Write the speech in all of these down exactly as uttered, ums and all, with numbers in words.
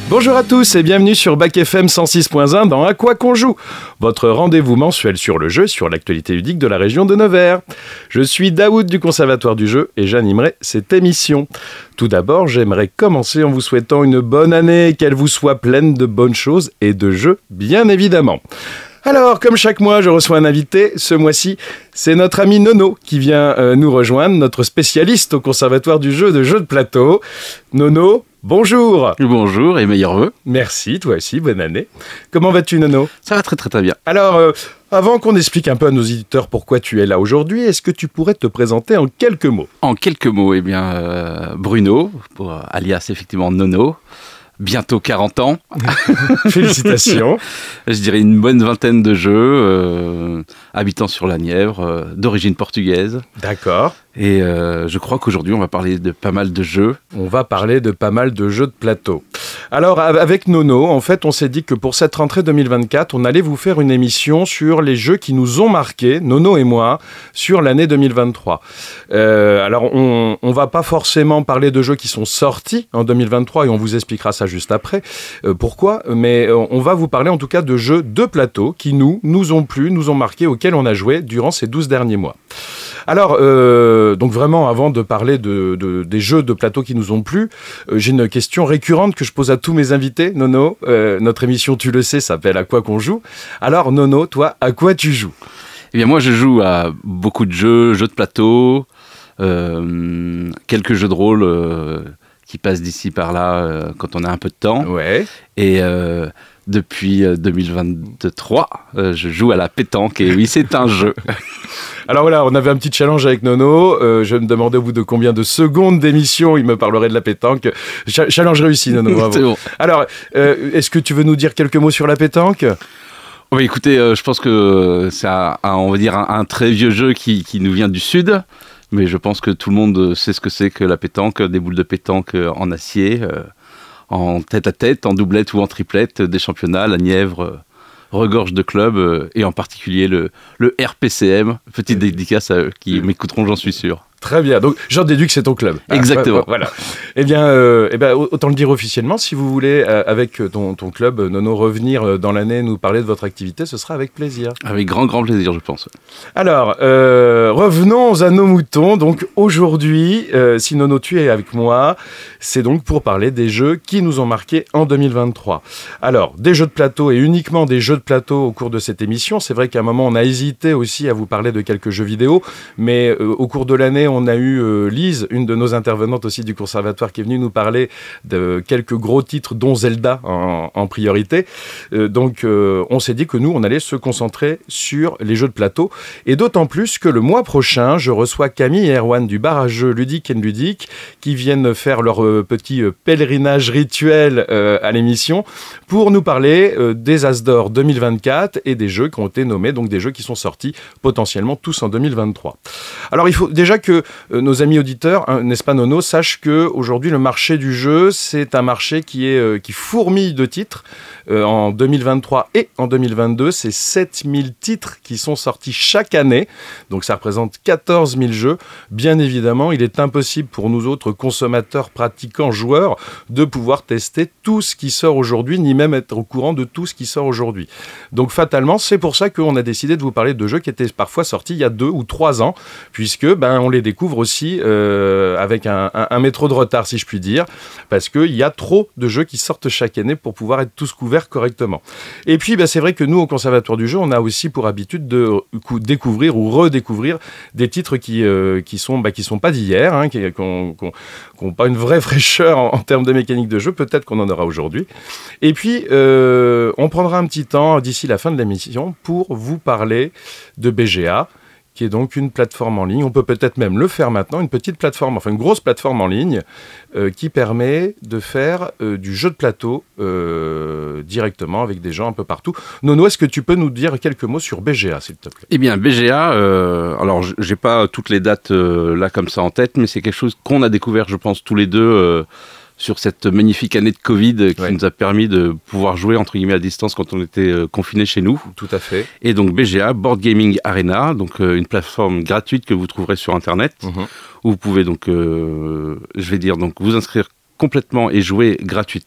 Bonjour à tous et bienvenue sur Bac F M cent six point un dans À quoi qu'on joue, votre rendez-vous mensuel sur le jeu, sur l'actualité ludique de la région de Nevers. Je suis Daoud du Conservatoire du jeu et j'animerai cette émission. Tout d'abord, j'aimerais commencer en vous souhaitant une bonne année, qu'elle vous soit pleine de bonnes choses et de jeux, bien évidemment. Alors, comme chaque mois, je reçois un invité. Ce mois-ci, c'est notre ami Nono qui vient euh, nous rejoindre, notre spécialiste au Conservatoire du jeu de jeux de plateau. Nono, bonjour. Bonjour et meilleurs vœux. Merci, toi aussi, bonne année. Comment vas-tu, Nono ? Ça va très très très bien. Alors, euh, avant qu'on explique un peu à nos auditeurs pourquoi tu es là aujourd'hui, est-ce que tu pourrais te présenter en quelques mots ? En quelques mots, eh bien, euh, Bruno, pour, alias effectivement Nono. Bientôt quarante ans. Félicitations. Je dirais une bonne vingtaine de jeux, euh, habitant sur la Nièvre, euh, d'origine portugaise. D'accord. Et euh, je crois qu'aujourd'hui, on va parler de pas mal de jeux. On va parler de pas mal de jeux de plateau. Alors, avec Nono, en fait, on s'est dit que pour cette rentrée deux mille vingt-quatre, on allait vous faire une émission sur les jeux qui nous ont marqués, Nono et moi, sur l'année deux mille vingt-trois. Euh, alors, on ne va pas forcément parler de jeux qui sont sortis en deux mille vingt-trois et on vous expliquera ça juste après. Euh, pourquoi ? Mais on va vous parler en tout cas de jeux de plateau qui nous, nous ont plu, nous ont marqués, auxquels on a joué durant ces douze derniers mois. Alors, euh, donc vraiment, avant de parler de, de, des jeux de plateau qui nous ont plu, euh, j'ai une question récurrente que je pose à tous mes invités. Nono, euh, notre émission, tu le sais, s'appelle À quoi qu'on joue. Alors, Nono, toi, à quoi tu joues ? Eh bien, moi, je joue à beaucoup de jeux, jeux de plateau, euh, quelques jeux de rôle euh, qui passent d'ici par là euh, quand on a un peu de temps. Ouais. Et euh, depuis deux mille vingt-trois, euh, je joue à la pétanque. Et oui, c'est un jeu. Alors voilà, on avait un petit challenge avec Nono. Euh, je me demandais au bout de combien de secondes d'émission il me parlerait de la pétanque. Ch- challenge réussi, Nono. Bravo. C'est bon. Alors, euh, est-ce que tu veux nous dire quelques mots sur la pétanque ? Oh bah écoutez, euh, je pense que c'est un, un, on va dire un, un très vieux jeu qui, qui nous vient du sud. Mais je pense que tout le monde sait ce que c'est que la pétanque, des boules de pétanque en acier, euh, en tête-à-tête, en doublette ou en triplette, des championnats, la Nièvre euh, regorge de clubs, euh, et en particulier le, le R P C M, petite dédicace à eux qui m'écouteront, j'en suis sûr. Très bien, donc j'en déduis que c'est ton club. Exactement. Ah, voilà. Eh bien, euh, eh bien, autant le dire officiellement, si vous voulez, euh, avec ton, ton club, Nono, revenir dans l'année, nous parler de votre activité, ce sera avec plaisir. Avec grand, grand plaisir, je pense. Alors, euh, revenons à nos moutons. Donc aujourd'hui, euh, si Nono, tu es avec moi, c'est donc pour parler des jeux qui nous ont marqués en deux mille vingt-trois. Alors, des jeux de plateau et uniquement des jeux de plateau au cours de cette émission. C'est vrai qu'à un moment, on a hésité aussi à vous parler de quelques jeux vidéo, mais euh, au cours de l'année, on a eu euh, Lise, une de nos intervenantes aussi du Conservatoire, qui est venue nous parler de quelques gros titres, dont Zelda en, en priorité. Euh, donc, euh, on s'est dit que nous, on allait se concentrer sur les jeux de plateau. Et d'autant plus que le mois prochain, je reçois Camille et Erwan du bar à jeux Ludique and Ludique qui viennent faire leur euh, petit euh, pèlerinage rituel euh, à l'émission pour nous parler euh, des As d'Or deux mille vingt-quatre et des jeux qui ont été nommés, donc des jeux qui sont sortis potentiellement tous en deux mille vingt-trois. Alors, il faut déjà que euh, nos amis auditeurs, hein, n'est-ce pas Nono, sachent qu'aujourd'hui, le marché du jeu, c'est un marché qui, est, euh, qui fourmille de titres. Euh, en deux mille vingt-trois et en deux mille vingt-deux, c'est sept mille titres qui sont sortis chaque année. Donc ça représente quatorze mille jeux. Bien évidemment, il est impossible pour nous autres consommateurs, pratiquants, joueurs, de pouvoir tester tout ce qui sort aujourd'hui, ni même être au courant de tout ce qui sort aujourd'hui. Donc fatalement, c'est pour ça qu'on a décidé de vous parler de jeux qui étaient parfois sortis il y a deux ou trois ans, puisque ben, on les découvre aussi euh, avec un, un, un métro de retard, si je puis dire, parce qu'il y a trop de jeux qui sortent chaque année pour pouvoir être tous couverts correctement. Et puis, bah, c'est vrai que nous, au Conservatoire du jeu, on a aussi pour habitude de découvrir ou redécouvrir des titres qui euh, qui sont bah, qui sont pas d'hier, hein, qui n'ont pas une vraie fraîcheur en, en termes de mécanique de jeu. Peut-être qu'on en aura aujourd'hui. Et puis, euh, on prendra un petit temps d'ici la fin de l'émission pour vous parler de B G A, qui est donc une plateforme en ligne. On peut peut-être même le faire maintenant, une petite plateforme, enfin une grosse plateforme en ligne euh, qui permet de faire euh, du jeu de plateau euh, directement avec des gens un peu partout. Nono, est-ce que tu peux nous dire quelques mots sur B G A, s'il te plaît ? Eh bien, B G A, euh, alors j'ai pas toutes les dates euh, là comme ça en tête, mais c'est quelque chose qu'on a découvert, je pense, tous les deux euh, sur cette magnifique année de Covid qui ouais. nous a permis de pouvoir jouer entre guillemets à distance quand on était euh, confinés chez nous. Tout à fait. Et donc B G A, Board Gaming Arena, donc euh, une plateforme gratuite que vous trouverez sur Internet, mmh. où vous pouvez donc, euh, je vais dire, donc vous inscrire complètement et jouer gratuitement.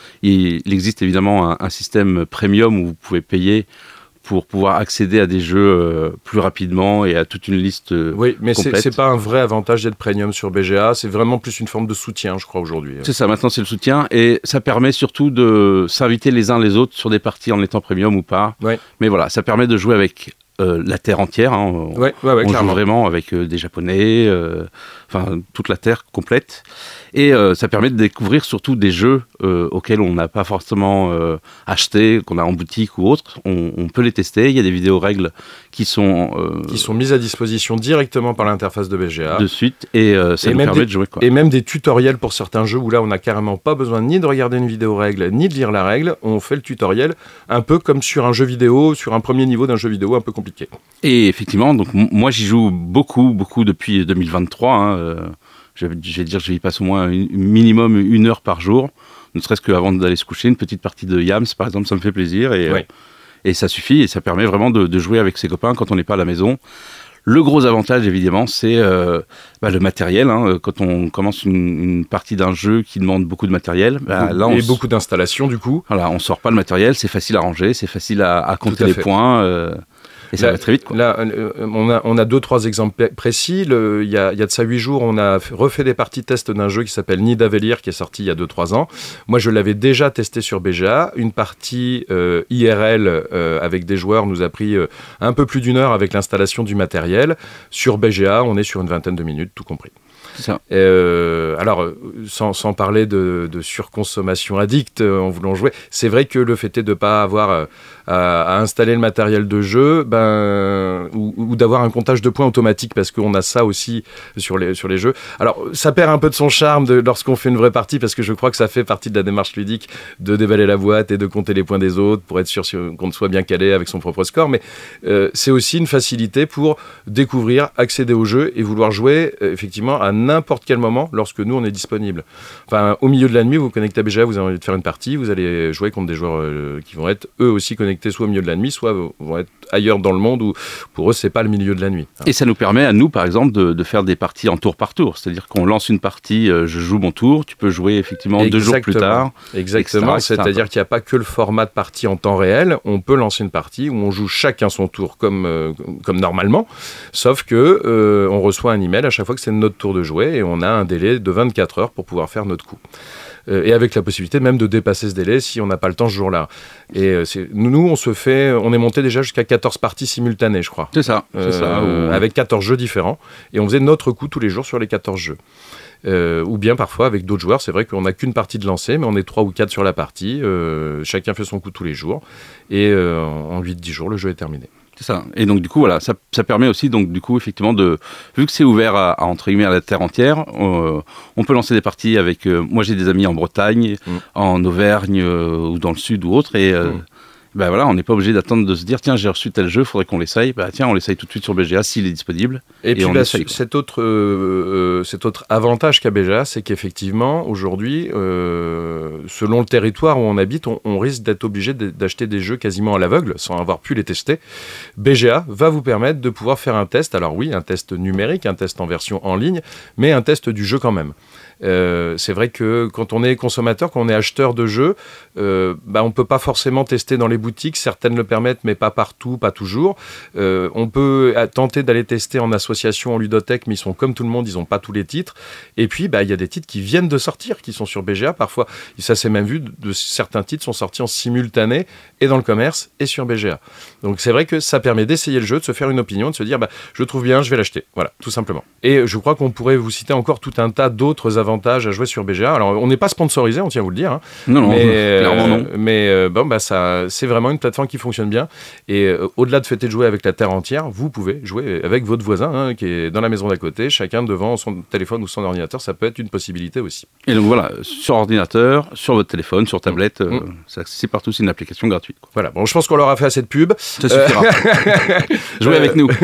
il, il existe évidemment un, un système premium où vous pouvez payer pour pouvoir accéder à des jeux euh, plus rapidement et à toute une liste euh, Oui, mais complète. c'est, c'est pas un vrai avantage d'être premium sur B G A, c'est vraiment plus une forme de soutien, je crois, aujourd'hui. C'est ça, maintenant c'est le soutien, et ça permet surtout de s'inviter les uns les autres sur des parties en étant premium ou pas. Ouais. Mais voilà, ça permet de jouer avec euh, la Terre entière. Hein. On, ouais, ouais, ouais, on joue vraiment avec euh, des Japonais, euh, enfin toute la Terre complète. Et euh, ça permet de découvrir surtout des jeux euh, auxquels on n'a pas forcément euh, acheté, qu'on a en boutique ou autre. On, on peut les tester. Il y a des vidéos règles qui sont euh, qui sont mises à disposition directement par l'interface de B G A. De suite, et euh, ça et nous permet des, de jouer. Quoi. Et même des tutoriels pour certains jeux où là, on n'a carrément pas besoin ni de regarder une vidéo règle, ni de lire la règle. On fait le tutoriel un peu comme sur un jeu vidéo, sur un premier niveau d'un jeu vidéo un peu compliqué. Et effectivement, donc m- moi j'y joue beaucoup, beaucoup depuis deux mille vingt-trois. Hein, euh, je, je vais dire, j'y passe au moins un minimum une heure par jour, ne serait-ce qu'avant d'aller se coucher, une petite partie de Yams par exemple, ça me fait plaisir et, oui. euh, et ça suffit, et ça permet vraiment de, de jouer avec ses copains quand on n'est pas à la maison. Le gros avantage évidemment, c'est euh, bah, le matériel. Hein. Quand on commence une, une partie d'un jeu qui demande beaucoup de matériel, bah, là, on et s... beaucoup d'installations du coup. Voilà, on sort pas le matériel, c'est facile à ranger, c'est facile à, à compter à les fait. points. Euh... Et ça là, va très vite. Quoi. Là, euh, on, a, on a deux, trois exemples précis. Il y a, y a de ça huit jours, on a refait des parties test d'un jeu qui s'appelle Nidavellir, qui est sorti il y a deux trois ans. Moi, je l'avais déjà testé sur B G A. Une partie euh, I R L euh, avec des joueurs nous a pris euh, un peu plus d'une heure avec l'installation du matériel. Sur B G A, on est sur une vingtaine de minutes, tout compris. C'est ça. Euh, alors, sans, sans parler de, de surconsommation addict euh, en voulant jouer, c'est vrai que le fait est de ne pas avoir euh, à, à installer le matériel de jeu, ben, ou, ou d'avoir un comptage de points automatique, parce qu'on a ça aussi sur les, sur les jeux. Alors, ça perd un peu de son charme de, lorsqu'on fait une vraie partie, parce que je crois que ça fait partie de la démarche ludique de déballer la boîte et de compter les points des autres pour être sûr qu'on soit bien calé avec son propre score. Mais euh, c'est aussi une facilité pour découvrir, accéder au jeu et vouloir jouer euh, effectivement à n'importe quel moment lorsque nous on est disponible. Enfin, au milieu de la nuit, vous vous connectez à B G A, vous avez envie de faire une partie, vous allez jouer contre des joueurs euh, qui vont être eux aussi connectés soit au milieu de la nuit, soit vont être ailleurs dans le monde où pour eux c'est pas le milieu de la nuit. Et ça nous permet à nous par exemple de, de faire des parties en tour par tour, c'est-à-dire qu'on lance une partie, euh, je joue mon tour, tu peux jouer effectivement Exactement. deux jours plus tard. Exactement, et cetera, c'est-à-dire qu'il n'y a pas que le format de partie en temps réel, on peut lancer une partie où on joue chacun son tour comme, euh, comme normalement, sauf que euh, on reçoit un email à chaque fois que c'est notre tour de jouer et on a un délai de vingt-quatre heures pour pouvoir faire notre coup. Euh, et avec la possibilité même de dépasser ce délai si on n'a pas le temps ce jour-là. Et euh, c'est, nous, on se fait, on est monté déjà jusqu'à quatorze parties simultanées, je crois. C'est ça, c'est euh, ça. Ou... Avec quatorze jeux différents. Et on faisait notre coup tous les jours sur les quatorze jeux. Euh, ou bien parfois avec d'autres joueurs, c'est vrai qu'on n'a qu'une partie de lancer, mais on est trois ou quatre sur la partie. Euh, chacun fait son coup tous les jours. Et euh, en huit dix jours, le jeu est terminé. C'est ça. Et donc du coup voilà, ça, ça permet aussi donc du coup effectivement de, vu que c'est ouvert à, à entre guillemets à la terre entière, euh, on peut lancer des parties avec. Euh, moi j'ai des amis en Bretagne, mmh. en Auvergne euh, ou dans le sud ou autre, et euh, mmh. ben voilà, on n'est pas obligé d'attendre de se dire tiens j'ai reçu tel jeu, faudrait qu'on l'essaye. Bah tiens on l'essaye tout de suite sur B G A s'il est disponible. Et, et puis on là, essaye, cet autre euh, cet autre avantage qu'a B G A, c'est qu'effectivement aujourd'hui, euh, selon le territoire où on habite, on, on risque d'être obligé d'acheter des jeux quasiment à l'aveugle sans avoir pu les tester. B G A va vous permettre de pouvoir faire un test. Alors oui, un test numérique, un test en version en ligne, mais un test du jeu quand même. Euh, c'est vrai que quand on est consommateur, quand on est acheteur de jeux, euh, bah on ne peut pas forcément tester dans les boutiques. Certaines le permettent, mais pas partout, pas toujours. Euh, on peut tenter d'aller tester en association, en ludothèque, mais ils sont comme tout le monde, ils n'ont pas tous les titres. Et puis, bah, y a des titres qui viennent de sortir, qui sont sur B G A. Parfois, ça s'est même vu, de, de, certains titres sont sortis en simultané, et dans le commerce, et sur B G A. Donc c'est vrai que ça permet d'essayer le jeu, de se faire une opinion, de se dire, bah, je trouve bien, je vais l'acheter. Voilà, tout simplement. Et je crois qu'on pourrait vous citer encore tout un tas d'autres avantages à jouer sur B G A. Alors, on n'est pas sponsorisé, on tient à vous le dire. Hein. Non, non, mais, clairement non. Euh, mais euh, bon, bah, ça, c'est vraiment une plateforme qui fonctionne bien. Et euh, au-delà de fêter de jouer avec la terre entière, vous pouvez jouer avec votre voisin hein, qui est dans la maison d'à côté, chacun devant son téléphone ou son ordinateur. Ça peut être une possibilité aussi. Et donc voilà, sur ordinateur, sur votre téléphone, sur tablette, mmh. euh, c'est accessible partout, c'est une application gratuite. Quoi. Voilà, bon, je pense qu'on leur a fait assez de pub. Ça suffira. Euh... Jouez avec nous.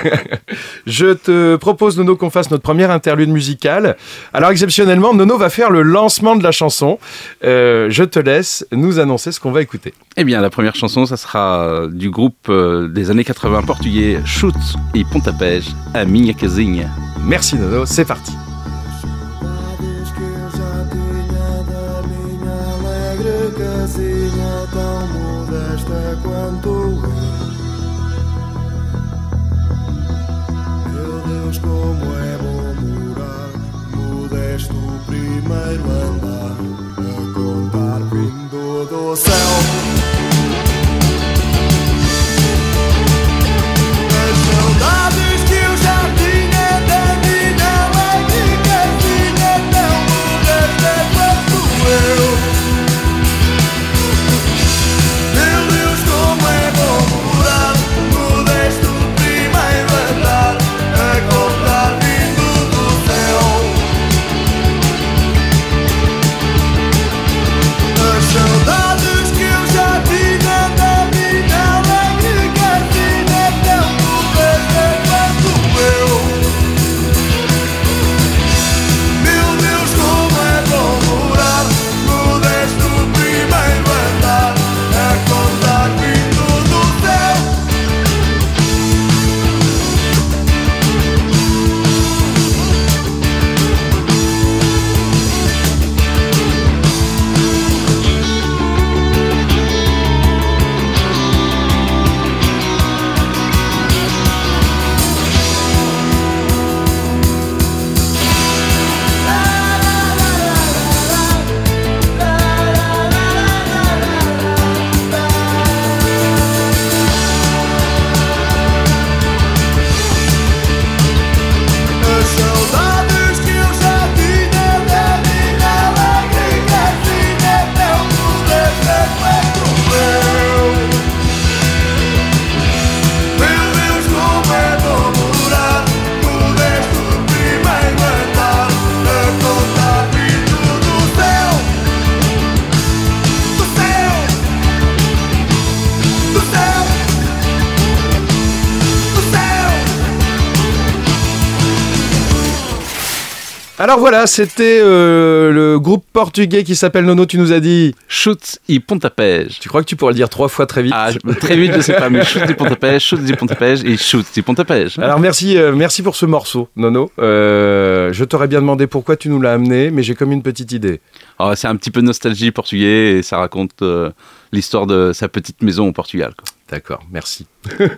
Je te propose, Nono, qu'on fasse notre première interlude musicale. Alors, exceptionnellement, Nono va faire le lancement de la chanson. Euh, je te laisse nous annoncer ce qu'on va écouter. Eh bien, la première chanson, ça sera du groupe euh, des années quatre-vingts portugais Chutes et Pontapés, à Minha Casinha. Merci, Nono, c'est parti. sinto eu. Meu Deus, como é bom morar no décimo primeiro andar, a contar vindo do céu. As saudades que eu já tinha da minha alegria, filha, tão modesta quanto eu. Meu Deus, como é bom morar no décimo primeiro andar, a contar vindo do céu. As saudades que eu já tinha da minha alegria, filha, tão modesta quanto eu. Meu Deus, como é bom morar no décimo primeiro andar, a contar vindo do céu. As saudades que eu já tinha da minha alegria, filha, tão modesta quanto eu. Meu Deus, como é bom morar no décimo primeiro andar, a contar vindo do céu. Do céu. Do céu. Do céu. Alors voilà, c'était euh, le groupe portugais qui s'appelle Nono, tu nous as dit. Chutes e pontapés. Tu crois que tu pourrais le dire trois fois très vite? Ah, je- très vite, je sais pas, mais chutes e pontapés, chutes e pontapés et chutes e pontapés. Alors merci, euh, merci pour ce morceau, Nono. Euh, je t'aurais bien demandé pourquoi tu nous l'as amené, mais j'ai comme une petite idée. Ah, c'est un petit peu nostalgie portugais et ça raconte euh, l'histoire de sa petite maison au Portugal, quoi. D'accord, merci.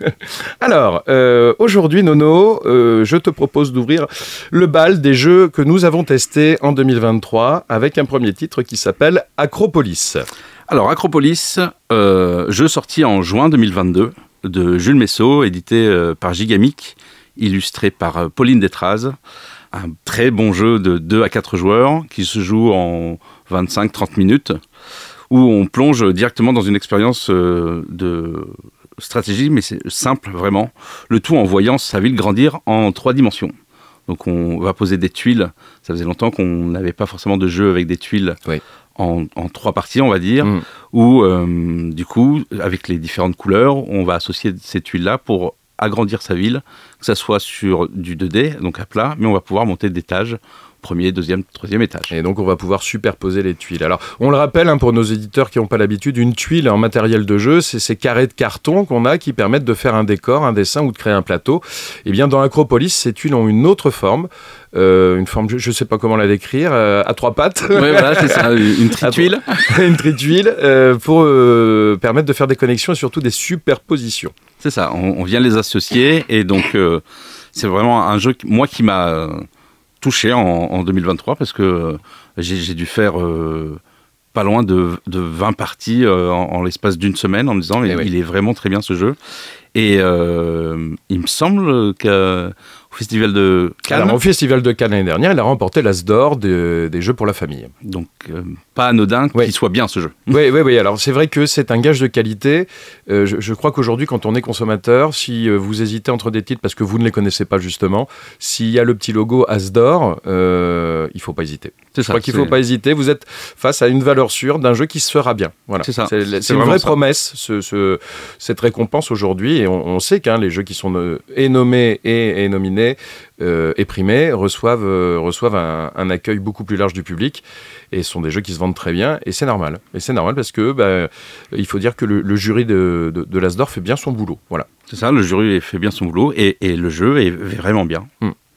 Alors, euh, aujourd'hui, Nono, euh, je te propose d'ouvrir le bal des jeux que nous avons testés en deux mille vingt-trois avec un premier titre qui s'appelle Acropolis. Alors, Acropolis, euh, jeu sorti en juin deux mille vingt-deux de Jules Messot, édité euh, par Gigamic, illustré par euh, Pauline Détraz. Un très bon jeu de deux à quatre joueurs qui se joue en vingt-cinq à trente minutes, où on plonge directement dans une expérience euh, de stratégie, mais c'est simple vraiment. Le tout en voyant sa ville grandir en trois dimensions. Donc on va poser des tuiles. Ça faisait longtemps qu'on n'avait pas forcément de jeu avec des tuiles Oui. en, en trois parties, on va dire, Mm. où euh, du coup, avec les différentes couleurs, on va associer ces tuiles-là pour agrandir sa ville, que ça soit sur du deux D, donc à plat, mais on va pouvoir monter d'étages, premier, deuxième, troisième étage. Et donc, on va pouvoir superposer les tuiles. Alors, on le rappelle, hein, pour nos éditeurs qui n'ont pas l'habitude, une tuile en matériel de jeu, c'est ces carrés de carton qu'on a qui permettent de faire un décor, un dessin ou de créer un plateau. Et bien, dans Acropolis, ces tuiles ont une autre forme, euh, une forme, je ne sais pas comment la décrire, euh, à trois pattes. Oui, voilà, c'est ça, une trituile. Une trituile, euh, pour euh, permettre de faire des connexions et surtout des superpositions. C'est ça, on, on vient les associer, et donc euh, c'est vraiment un jeu, qui, moi, qui m'a euh, touché en, en deux mille vingt-trois, parce que euh, j'ai, j'ai dû faire euh, pas loin de, de vingt parties euh, en, en l'espace d'une semaine, en me disant, mais Eh oui. il est vraiment très bien ce jeu. Et euh, il me semble qu'au Festival de Cannes, Alors, au Festival de Cannes l'année dernière, il a remporté l'As d'or de- des jeux pour la famille. donc euh, pas anodin Oui. qu'il soit bien ce jeu. Oui, oui, oui. Alors, c'est vrai que c'est un gage de qualité. Euh, je, je crois qu'aujourd'hui, quand on est consommateur, si euh, vous hésitez entre des titres parce que vous ne les connaissez pas justement, s'il y a le petit logo As d'or, euh, il ne faut pas hésiter. C'est Je ça. crois qu'il ne c'est- faut pas hésiter. Vous êtes face à une valeur sûre d'un jeu qui se fera bien. Voilà. C'est ça. C'est, C'est c'est une vraiment vraie ça. promesse, ce, ce- cette récompense aujourd'hui. Et on, on sait qu'un les jeux qui sont euh, et nommés et, et nominés euh, et primés reçoivent, euh, reçoivent un, un accueil beaucoup plus large du public. Et ce sont des jeux qui se vendent très bien. Et c'est normal. Et c'est normal parce que bah, il faut dire que le, le jury de, de, de l'As d'or fait bien son boulot. Voilà. C'est ça, le jury fait bien son boulot, et, et le jeu est vraiment bien. Hmm.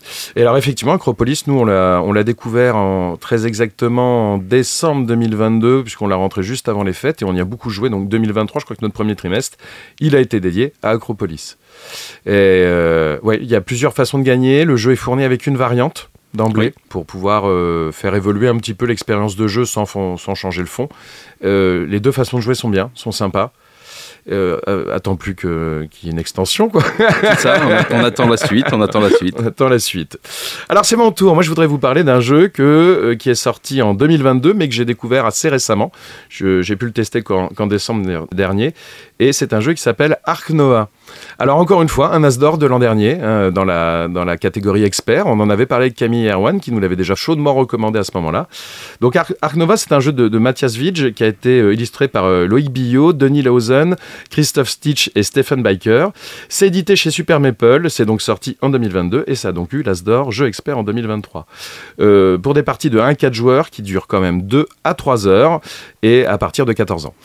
Et alors effectivement, Acropolis, nous on l'a, on l'a découvert en, très exactement en décembre deux mille vingt-deux, puisqu'on l'a rentré juste avant les fêtes, et on y a beaucoup joué. Donc deux mille vingt-trois, je crois que notre premier trimestre, il a été dédié à Acropolis. Et euh, ouais, il y a plusieurs façons de gagner. Le jeu est fourni avec une variante d'emblée, oui, pour pouvoir euh, faire évoluer un petit peu l'expérience de jeu sans, fond, sans changer le fond. Euh, les deux façons de jouer sont bien, sont sympas. Euh, euh, attends plus que, qu'il y ait une extension, quoi. C'est ça, on, on attend la suite, on attend la suite. On attend la suite. Alors c'est mon tour, moi je voudrais vous parler d'un jeu que, euh, qui est sorti en deux mille vingt-deux, mais que j'ai découvert assez récemment. Je, j'ai pu le tester qu'en, qu'en décembre dernier, et c'est un jeu qui s'appelle Ark Nova. Alors encore une fois, un as d'or de l'an dernier, hein, dans, la, dans la catégorie expert. On en avait parlé avec Camille Erwan, qui nous l'avait déjà chaudement recommandé à ce moment-là. Donc Ark, Ark Nova, c'est un jeu de, de Mathias Widge, qui a été euh, illustré par euh, Loïc Billot, Denis Lausen, Christophe Stitch et Stephen Biker. C'est édité chez Super Maple, c'est donc sorti en deux mille vingt-deux, et ça a donc eu l'as d'or jeu expert en deux mille vingt-trois. Euh, pour des parties de un à quatre joueurs, qui durent quand même deux à trois heures, et à partir de quatorze ans.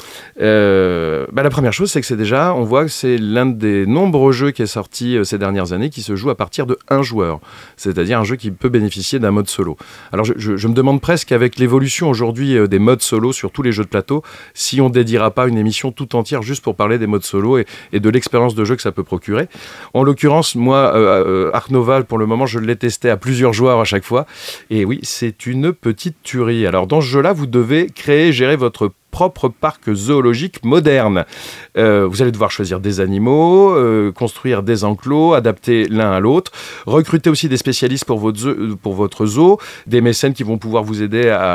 Euh, bah, la première chose, c'est que c'est déjà, on voit que c'est l'un des nombreux jeux qui est sorti euh, ces dernières années qui se joue à partir de un joueur, c'est-à-dire un jeu qui peut bénéficier d'un mode solo. Alors je, je, je me demande presque, avec l'évolution aujourd'hui euh, des modes solo sur tous les jeux de plateau, si on dédiera pas une émission tout entière juste pour parler des modes solo et, et de l'expérience de jeu que ça peut procurer. En l'occurrence, moi, euh, euh, Ark Nova, pour le moment, je l'ai testé à plusieurs joueurs à chaque fois, et oui, c'est une petite tuerie. Alors dans ce jeu-là, vous devez créer, gérer votre propre parc zoologique moderne. Euh, vous allez devoir choisir des animaux, euh, construire des enclos, adapter l'un à l'autre, recruter aussi des spécialistes pour votre zoo, pour votre zoo, des mécènes qui vont pouvoir vous aider à,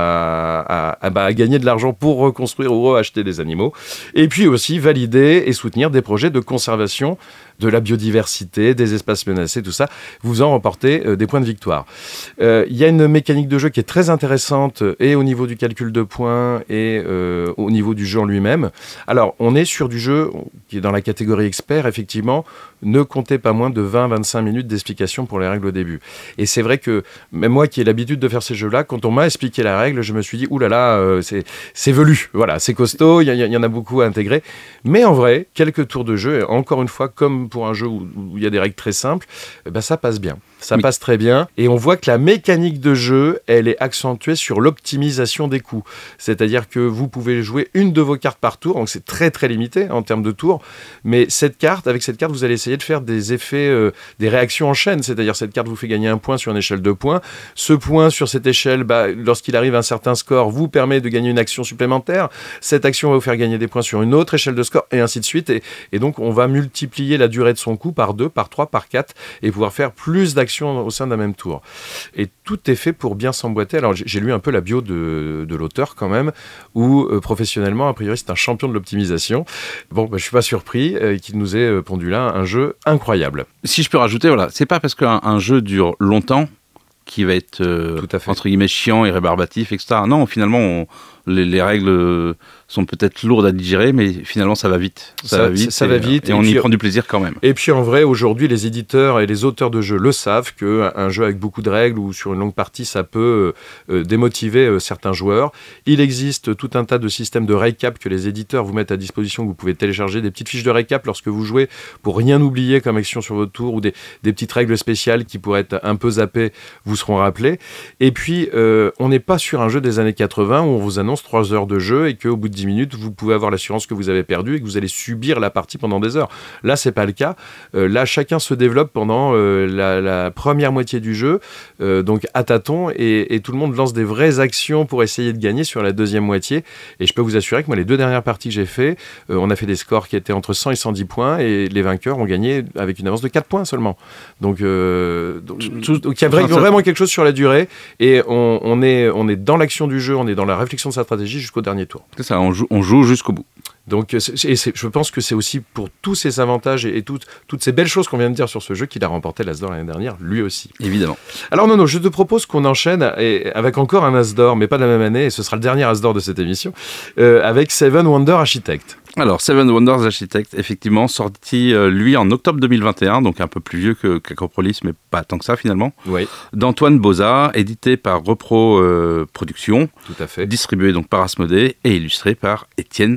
à, à, bah, à gagner de l'argent pour reconstruire ou acheter des animaux, et puis aussi valider et soutenir des projets de conservation de la biodiversité, des espaces menacés, tout ça, vous en remportez euh, des points de victoire. Il euh, y a une mécanique de jeu qui est très intéressante, et au niveau du calcul de points, et euh, au niveau du jeu en lui-même. Alors, on est sur du jeu qui est dans la catégorie expert, effectivement, ne comptez pas moins de vingt à vingt-cinq minutes d'explication pour les règles au début. Et c'est vrai que, même moi qui ai l'habitude de faire ces jeux-là, quand on m'a expliqué la règle, je me suis dit, oulala, euh, c'est, c'est velu, voilà, c'est costaud, il y, y, y en a beaucoup à intégrer. Mais en vrai, quelques tours de jeu, et encore une fois, comme pour un jeu où il y a des règles très simples, eh ben ça passe bien. Ça oui. passe très bien. Et on voit que la mécanique de jeu, elle est accentuée sur l'optimisation des coups. C'est-à-dire que vous pouvez jouer une de vos cartes par tour, donc c'est très très limité en termes de tours. Mais cette carte, avec cette carte, vous allez essayer de faire des effets, euh, des réactions en chaîne. C'est-à-dire cette carte vous fait gagner un point sur une échelle de points. Ce point sur cette échelle, bah, lorsqu'il arrive à un certain score, vous permet de gagner une action supplémentaire. Cette action va vous faire gagner des points sur une autre échelle de score, et ainsi de suite. Et, et donc on va multiplier la durée de son coup par deux, par trois, par quatre, et pouvoir faire plus d'actions au sein d'un même tour. Et tout est fait pour bien s'emboîter. Alors j'ai, j'ai lu un peu la bio de, de l'auteur quand même, où euh, professionnellement, a priori, c'est un champion de l'optimisation. Bon, bah, je suis pas surpris euh, qu'il nous ait euh, pondu là un jeu incroyable. Si je peux rajouter, voilà, c'est pas parce qu'un un jeu dure longtemps qui va être euh, entre guillemets chiant et rébarbatif, et cetera. Non, finalement, on, les, les règles sont peut-être lourdes à digérer, mais finalement, ça va vite. Ça, ça va vite, ça et, va vite, et, et on puis, y prend du plaisir quand même. Et puis en vrai, aujourd'hui, les éditeurs et les auteurs de jeux le savent qu'un jeu avec beaucoup de règles ou sur une longue partie, ça peut euh, démotiver euh, certains joueurs. Il existe tout un tas de systèmes de récap que les éditeurs vous mettent à disposition, que vous pouvez télécharger, des petites fiches de récap lorsque vous jouez, pour rien oublier comme action sur votre tour, ou des, des petites règles spéciales qui pourraient être un peu zappées, vous seront rappelées. Et puis, euh, on n'est pas sur un jeu des années quatre-vingts où on vous annonce trois heures de jeu et qu'au bout de dix minutes, vous pouvez avoir l'assurance que vous avez perdu et que vous allez subir la partie pendant des heures. Là, c'est pas le cas. Euh, là, chacun se développe pendant euh, la, la première moitié du jeu, euh, donc à tâtons, et, et tout le monde lance des vraies actions pour essayer de gagner sur la deuxième moitié. Et je peux vous assurer que moi, les deux dernières parties que j'ai fait, euh, on a fait des scores qui étaient entre cent et cent dix points, et les vainqueurs ont gagné avec une avance de quatre points seulement. Donc, euh, donc, tout, donc il y a vraiment, vraiment quelque chose sur la durée, et on, on, est, on est dans l'action du jeu, on est dans la réflexion de sa stratégie jusqu'au dernier tour. C'est ça, on joue, on joue jusqu'au bout. Donc, c'est, et c'est, je pense que c'est aussi pour tous ces avantages et, et toutes, toutes ces belles choses qu'on vient de dire sur ce jeu qu'il a remporté l'As d'or l'année dernière, lui aussi. Évidemment. Alors non, non, je te propose qu'on enchaîne et, avec encore un As d'or, mais pas de la même année, et ce sera le dernier As d'or de cette émission, euh, avec Seven Wonders Architect. Alors, Seven Wonders Architect, effectivement, sorti, euh, lui, en octobre deux mille vingt et un, donc un peu plus vieux que, qu'Acropolis, mais pas tant que ça, finalement. Oui. D'Antoine Boza, édité par Repro euh, Productions. Tout à fait. Distribué donc par Asmodée et illustré par Étienne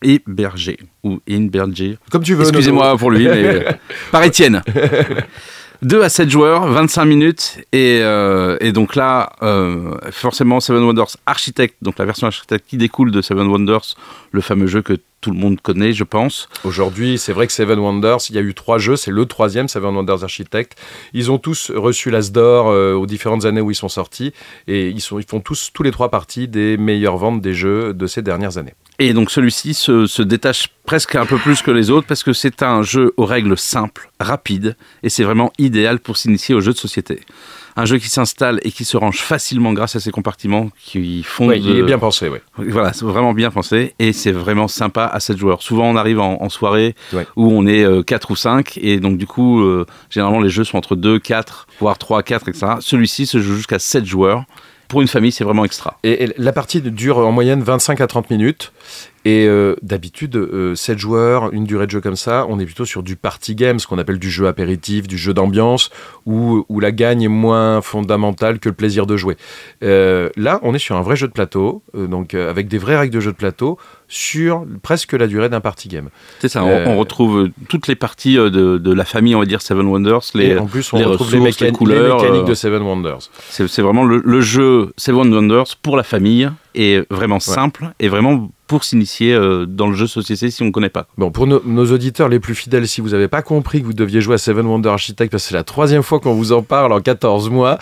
Héberger, ou Inberger. Comme tu veux. Excusez-moi non, pour lui, mais par Étienne. deux à sept joueurs, vingt-cinq minutes. Et, euh, et donc là, euh, forcément, Seven Wonders Architect, donc la version Architect qui découle de Seven Wonders, le fameux jeu que tout le monde connaît, je pense. Aujourd'hui, c'est vrai que Seven Wonders, il y a eu trois jeux, c'est le troisième, Seven Wonders Architect. Ils ont tous reçu l'As d'or euh, aux différentes années où ils sont sortis, et ils, sont, ils font tous, tous les trois partie des meilleures ventes des jeux de ces dernières années. Et donc celui-ci se, se détache presque un peu plus que les autres parce que c'est un jeu aux règles simples, rapides, et c'est vraiment idéal pour s'initier aux jeux de société. Un jeu qui s'installe et qui se range facilement grâce à ses compartiments qui font... Oui, de... il est bien pensé, oui. Voilà, c'est vraiment bien pensé et c'est vraiment sympa à sept joueurs. Souvent, on arrive en, en soirée ouais. où on est euh, quatre ou cinq et donc du coup, euh, généralement, les jeux sont entre deux, quatre, voire trois, quatre, et cetera. Celui-ci se joue jusqu'à sept joueurs. Pour une famille, c'est vraiment extra. Et, et la partie dure en moyenne vingt-cinq à trente minutes. Et euh, d'habitude, euh, sept joueurs, une durée de jeu comme ça, on est plutôt sur du party game, ce qu'on appelle du jeu apéritif, du jeu d'ambiance, où, où la gagne est moins fondamentale que le plaisir de jouer. Euh, là, on est sur un vrai jeu de plateau, euh, donc euh, avec des vraies règles de jeu de plateau, sur presque la durée d'un party game. C'est ça, euh, on, on retrouve toutes les parties de, de la famille, on va dire, Seven Wonders. Les, et en plus, on les retrouve les, ressources, mécan- les couleurs. les mécaniques euh, de Seven Wonders. C'est, c'est vraiment le, le jeu Seven Wonders pour la famille, et vraiment ouais. simple, et vraiment pour s'initier euh, dans le jeu société si on ne connaît pas. Bon, pour no- nos auditeurs les plus fidèles, si vous n'avez pas compris que vous deviez jouer à Seven Wonders Architect, parce que c'est la troisième fois qu'on vous en parle en quatorze mois,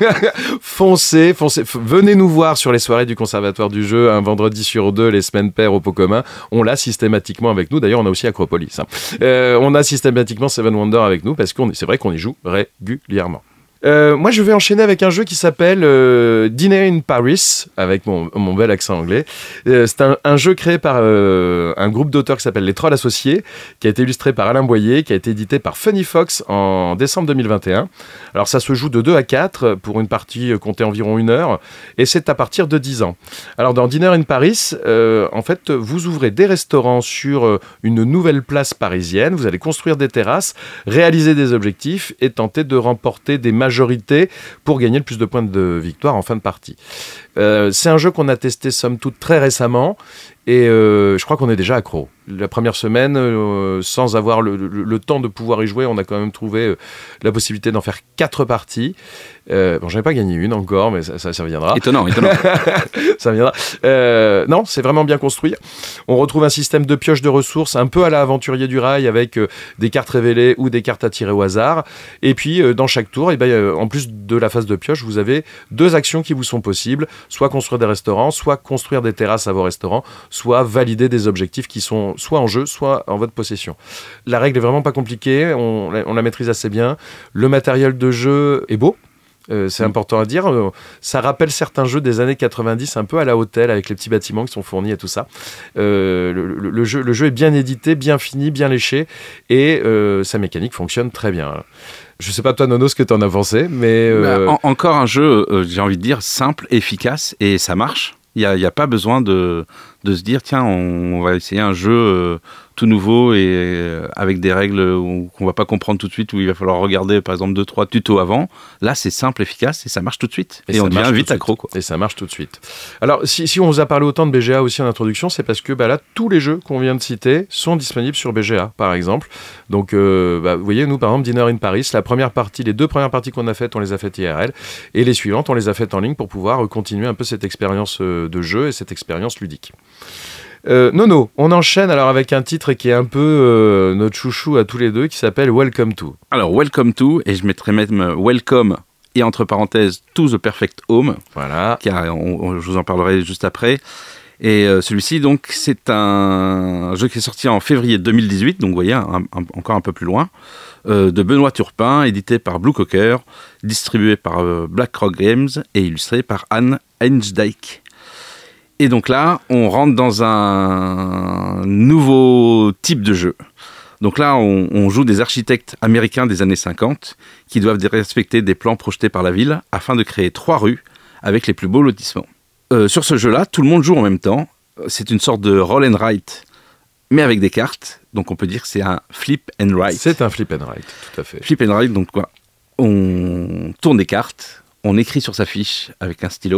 foncez, foncez, f- venez nous voir sur les soirées du Conservatoire du Jeu, un vendredi sur deux, les semaines paires au pot commun. On l'a systématiquement avec nous. D'ailleurs, on a aussi Acropolis. Hein. Euh, on a systématiquement Seven Wonders avec nous, parce que c'est vrai qu'on y joue régulièrement. Euh, moi, je vais enchaîner avec un jeu qui s'appelle euh, Dinner in Paris, avec mon, mon bel accent anglais. Euh, c'est un, un jeu créé par euh, un groupe d'auteurs qui s'appelle Les Trolls Associés, qui a été illustré par Alain Boyer, qui a été édité par Funny Fox en décembre deux mille vingt et un. Alors, ça se joue de deux à quatre pour une partie comptée environ une heure, et c'est à partir de dix ans. Alors, dans Dinner in Paris, euh, en fait, vous ouvrez des restaurants sur une nouvelle place parisienne, vous allez construire des terrasses, réaliser des objectifs et tenter de remporter des majorités pour gagner le plus de points de victoire en fin de partie. Euh, c'est un jeu qu'on a testé somme toute très récemment et euh, je crois qu'on est déjà accro. La première semaine, euh, sans avoir le, le, le temps de pouvoir y jouer, on a quand même trouvé euh, la possibilité d'en faire quatre parties. Euh, bon, j'en ai pas gagné une encore, mais ça, ça, ça viendra. Étonnant, étonnant. Ça viendra. Euh, non, c'est vraiment bien construit. On retrouve un système de pioche de ressources un peu à la Aventurier du Rail avec euh, des cartes révélées ou des cartes à tirer au hasard. Et puis, euh, dans chaque tour, eh ben, euh, en plus de la phase de pioche, vous avez deux actions qui vous sont possibles. Soit construire des restaurants, soit construire des terrasses à vos restaurants, soit valider des objectifs qui sont soit en jeu, soit en votre possession. La règle est vraiment pas compliquée, on, on la maîtrise assez bien. Le matériel de jeu est beau. Euh, c'est mmh. important à dire. Euh, ça rappelle certains jeux des années quatre-vingt-dix, un peu à la Hôtel, avec les petits bâtiments qui sont fournis et tout ça. Euh, le, le, le, jeu, le jeu est bien édité, bien fini, bien léché, et euh, sa mécanique fonctionne très bien. Je sais pas toi, Nono, ce que tu en as pensé, mais... Euh... Bah, en, encore un jeu, euh, j'ai envie de dire, simple, efficace, et ça marche. Il n'y a, y a pas besoin de, de se dire, tiens, on, on va essayer un jeu euh, tout nouveau et euh, avec des règles où, qu'on ne va pas comprendre tout de suite, où il va falloir regarder, par exemple, deux, trois tutos avant. Là, c'est simple, efficace et ça marche tout de suite. Et, et on devient vite accro, quoi. Et ça marche tout de suite. Alors, si, si on vous a parlé autant de B G A aussi en introduction, c'est parce que bah, là, tous les jeux qu'on vient de citer sont disponibles sur B G A, par exemple. Donc, euh, bah, vous voyez, nous, par exemple, Dinner in Paris, la première partie, les deux premières parties qu'on a faites, on les a faites I R L. Et les suivantes, on les a faites en ligne pour pouvoir continuer un peu cette expérience de jeu et cette expérience ludique. Euh, Nono, on enchaîne alors avec un titre qui est un peu euh, notre chouchou à tous les deux, qui s'appelle Welcome to. Alors, Welcome to, et je mettrai même Welcome et entre parenthèses To the Perfect Home. Voilà. Car on, on, je vous en parlerai juste après. Et euh, celui-ci, donc, c'est un jeu qui est sorti en février deux mille dix-huit, donc vous voyez, un, un, encore un peu plus loin, euh, de Benoît Turpin, édité par Blue Cocker, distribué par euh, Black Rock Games et illustré par Anne Heinsdijk. Et donc là, on rentre dans un nouveau type de jeu. Donc là, on, on joue des architectes américains des années cinquante qui doivent respecter des plans projetés par la ville afin de créer trois rues avec les plus beaux lotissements. Euh, sur ce jeu-là, tout le monde joue en même temps. C'est une sorte de roll and write, mais avec des cartes. Donc on peut dire que c'est un flip and write. C'est un flip and write, tout à fait. Flip and write, donc quoi ? On tourne des cartes, on écrit sur sa fiche avec un stylo,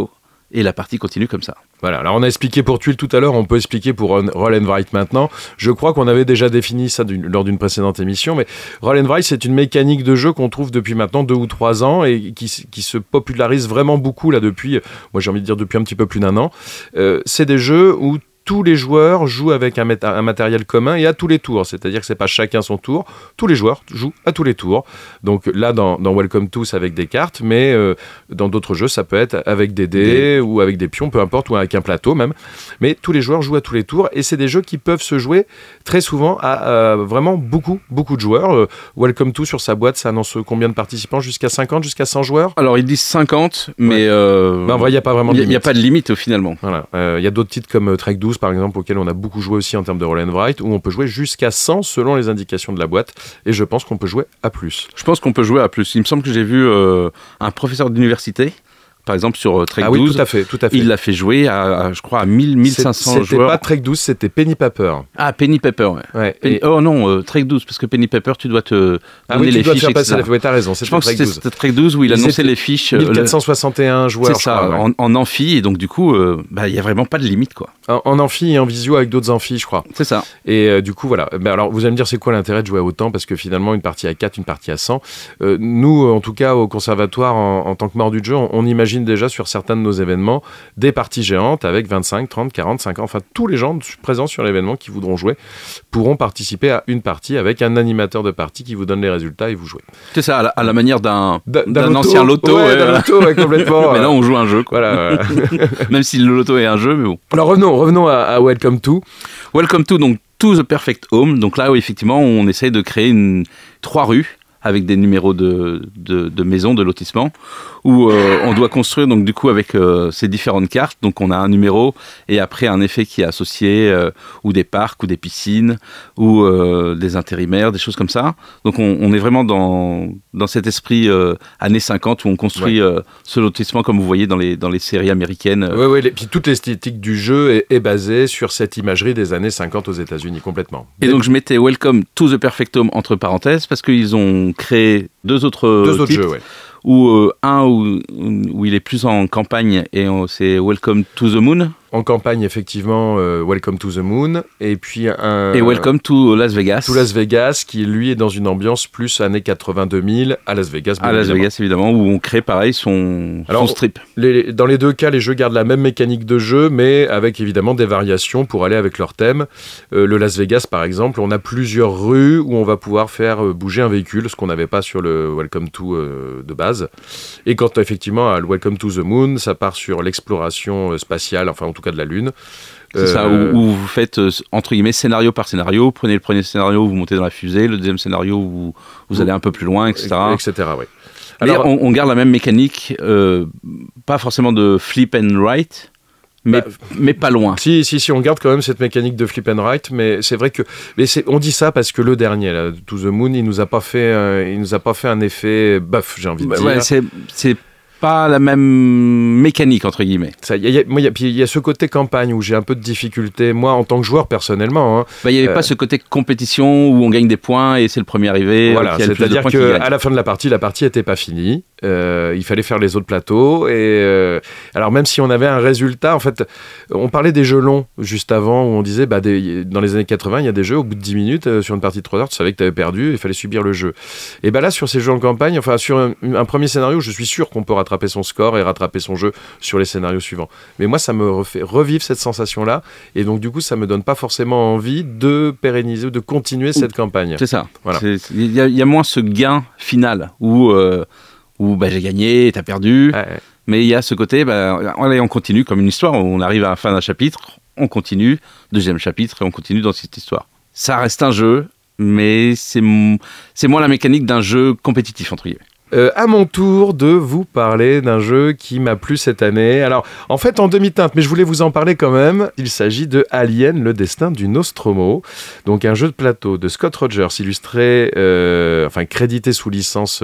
et la partie continue comme ça. Voilà, alors on a expliqué pour Tuile tout à l'heure, on peut expliquer pour Roll and Write maintenant. Je crois qu'on avait déjà défini ça d'une, lors d'une précédente émission, mais Roll and Write, c'est une mécanique de jeu qu'on trouve depuis maintenant deux ou trois ans et qui, qui se popularise vraiment beaucoup là depuis, moi j'ai envie de dire depuis un petit peu plus d'un an. Euh, c'est des jeux où tous les joueurs jouent avec un, mat- un matériel commun et à tous les tours. C'est-à-dire que c'est pas chacun son tour. Tous les joueurs jouent à tous les tours. Donc là, dans, dans Welcome To, c'est avec des cartes, mais euh, dans d'autres jeux, ça peut être avec des dés des... ou avec des pions, peu importe, ou avec un plateau même. Mais tous les joueurs jouent à tous les tours et c'est des jeux qui peuvent se jouer très souvent à, à vraiment beaucoup, beaucoup de joueurs. Euh, Welcome To, sur sa boîte, ça annonce combien de participants ? Jusqu'à cinquante, jusqu'à cent joueurs ? Alors, ils disent cinquante, mais... Ouais. Euh... Ben, en vrai, il n'y a pas vraiment de limite. Il n'y a pas de limite, finalement. Voilà. Euh, y a d'autres titres comme Trek douze, par exemple, auxquels on a beaucoup joué aussi en termes de Roll and Write, où on peut jouer jusqu'à cent selon les indications de la boîte, et je pense qu'on peut jouer à plus. Je pense qu'on peut jouer à plus. Il me semble que j'ai vu euh, un professeur d'université, par exemple sur Trek ah oui, douze, tout à fait, tout à fait. Il l'a fait jouer à, à je crois, à mille, mille cinq cents c'était joueurs. C'était pas Trek douze, c'était Penny Paper. Ah, Penny Paper, ouais. ouais Penny... et... Oh non, euh, Trek douze, parce que Penny Paper, tu dois te ah donner oui, tu les dois fiches, te faire passer et cetera. la... Oui, t'as raison, je pense Trek que douze. c'était Trek douze où il Ils annonçait les fiches. mille quatre cent soixante et un joueurs, c'est ça, je crois, ouais. en, en amphi, et donc du coup, il euh, bah, n'y a vraiment pas de limite, quoi. En, en amphi et en visio avec d'autres amphis, je crois. C'est ça. Et euh, du coup, voilà. Ben, alors, vous allez me dire, c'est quoi l'intérêt de jouer à autant ? Parce que finalement, une partie à quatre, une partie à cent. Euh, nous, en tout cas, au conservatoire, en, en tant que mordu de jeu, on, on imagine déjà sur certains de nos événements des parties géantes avec vingt-cinq, trente, quarante, cinquante. Enfin, tous les gens présents sur l'événement qui voudront jouer pourront participer à une partie avec un animateur de partie qui vous donne les résultats et vous jouez. C'est ça, à la, à la manière d'un, d'un, d'un d'un ancien loto. Ouais, ouais, d'un voilà. loto, ouais, complètement. Mais là, on joue un jeu, quoi. Voilà, voilà. Même si le loto est un jeu, mais bon. Alors, revenons, revenons à, à Welcome To. Welcome To, donc To the Perfect Home. Donc là, où, effectivement, on essaye de créer une, trois rues avec des numéros de, de, de maisons, de lotissements, où euh, on doit construire, donc du coup, avec euh, ces différentes cartes. Donc on a un numéro et après un effet qui est associé, euh, ou des parcs, ou des piscines, ou euh, des intérimaires, des choses comme ça. Donc on, on est vraiment dans, dans cet esprit euh, années cinquante où on construit ouais. euh, ce lotissement comme vous voyez dans les, dans les séries américaines. Oui, oui, et puis toute l'esthétique du jeu est, est basée sur cette imagerie des années cinquante aux États-Unis, complètement. Et donc je mettais Welcome to the Perfect Home entre parenthèses parce qu'ils ont créé deux autres deux autres titres, jeux, ouais. Où euh, un où, où il est plus en campagne et on, c'est Welcome to the Moon. En campagne, effectivement, euh, Welcome to the Moon, et puis un... Et Welcome to Las Vegas. To Las Vegas, qui lui est dans une ambiance plus années quatre-vingt-deux mille à Las Vegas. À Las évidemment. Vegas, évidemment, où on crée pareil son, Alors, son strip. Les, dans les deux cas, les jeux gardent la même mécanique de jeu, mais avec évidemment des variations pour aller avec leur thème. Euh, le Las Vegas, par exemple, on a plusieurs rues où on va pouvoir faire bouger un véhicule, ce qu'on n'avait pas sur le Welcome to euh, de base. Et quand effectivement, à Welcome to the Moon, ça part sur l'exploration spatiale, enfin en tout cas de la Lune. C'est euh... ça, où, où vous faites, euh, entre guillemets, scénario par scénario. Vous prenez le premier scénario, vous montez dans la fusée. Le deuxième scénario, vous, vous allez un peu plus loin, et cetera. et cetera, oui. Alors, on, on garde la même mécanique, euh, pas forcément de flip and write, mais, bah, mais pas loin. Si, si, si, on garde quand même cette mécanique de flip and write, mais c'est vrai que... Mais c'est, on dit ça parce que le dernier, là, To the Moon, il nous a pas fait, euh, il nous a pas fait un effet buff, j'ai envie de bah, dire. Ouais, c'est... c'est... pas la même mécanique entre guillemets. Ça, y a, y a, moi, y a, puis il y a ce côté campagne où j'ai un peu de difficulté, moi en tant que joueur personnellement. Hein, bah, il n'y avait euh, pas ce côté compétition où on gagne des points et c'est le premier arrivé. Voilà, qui a le plus de c'est-à-dire points qu'à la fin de la partie, la partie n'était pas finie. Euh, il fallait faire les autres plateaux. Et euh, alors même si on avait un résultat, en fait, on parlait des jeux longs juste avant où on disait, bah, des, dans les années quatre-vingts, il y a des jeux au bout de dix minutes euh, sur une partie de trois heures, tu savais que tu avais perdu, il fallait subir le jeu. Et bah là, sur ces jeux en campagne, enfin sur un, un premier scénario, je suis sûr qu'on peut rattraper son score et rattraper son jeu sur les scénarios suivants. Mais moi, ça me refait revivre cette sensation-là, et donc du coup, ça me donne pas forcément envie de pérenniser ou de continuer cette campagne. C'est ça. Voilà. Il y, y a moins ce gain final où, euh, où bah, j'ai gagné, t'as perdu. Ouais. Mais il y a ce côté, bah, allez, on continue comme une histoire. On arrive à la fin d'un chapitre, on continue, deuxième chapitre, et on continue dans cette histoire. Ça reste un jeu, mais c'est, m- c'est moins la mécanique d'un jeu compétitif, entre guillemets. Euh, à mon tour de vous parler d'un jeu qui m'a plu cette année. Alors, en fait, en demi-teinte, mais je voulais vous en parler quand même. Il s'agit de Alien, le destin du Nostromo. Donc, un jeu de plateau de Scott Rogers, illustré, euh, enfin, crédité sous licence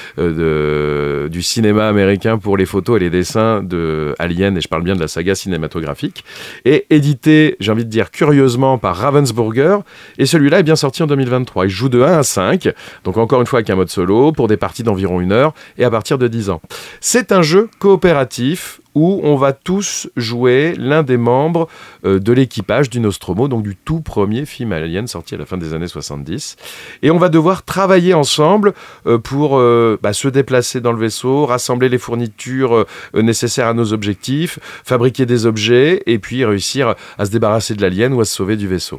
euh, de, du cinéma américain pour les photos et les dessins de Alien, et je parle bien de la saga cinématographique, et édité, j'ai envie de dire, curieusement par Ravensburger. Et celui-là est bien sorti en deux mille vingt-trois. Il joue de un à cinq, donc encore une fois avec un mode solo, pour des parties d'environ environ une heure, et à partir de dix ans. C'est un jeu coopératif où on va tous jouer l'un des membres euh, de l'équipage du Nostromo, donc du tout premier film Alien sorti à la fin des années soixante-dix. Et on va devoir travailler ensemble euh, pour euh, bah, se déplacer dans le vaisseau, rassembler les fournitures euh, nécessaires à nos objectifs, fabriquer des objets et puis réussir à se débarrasser de l'alien ou à se sauver du vaisseau.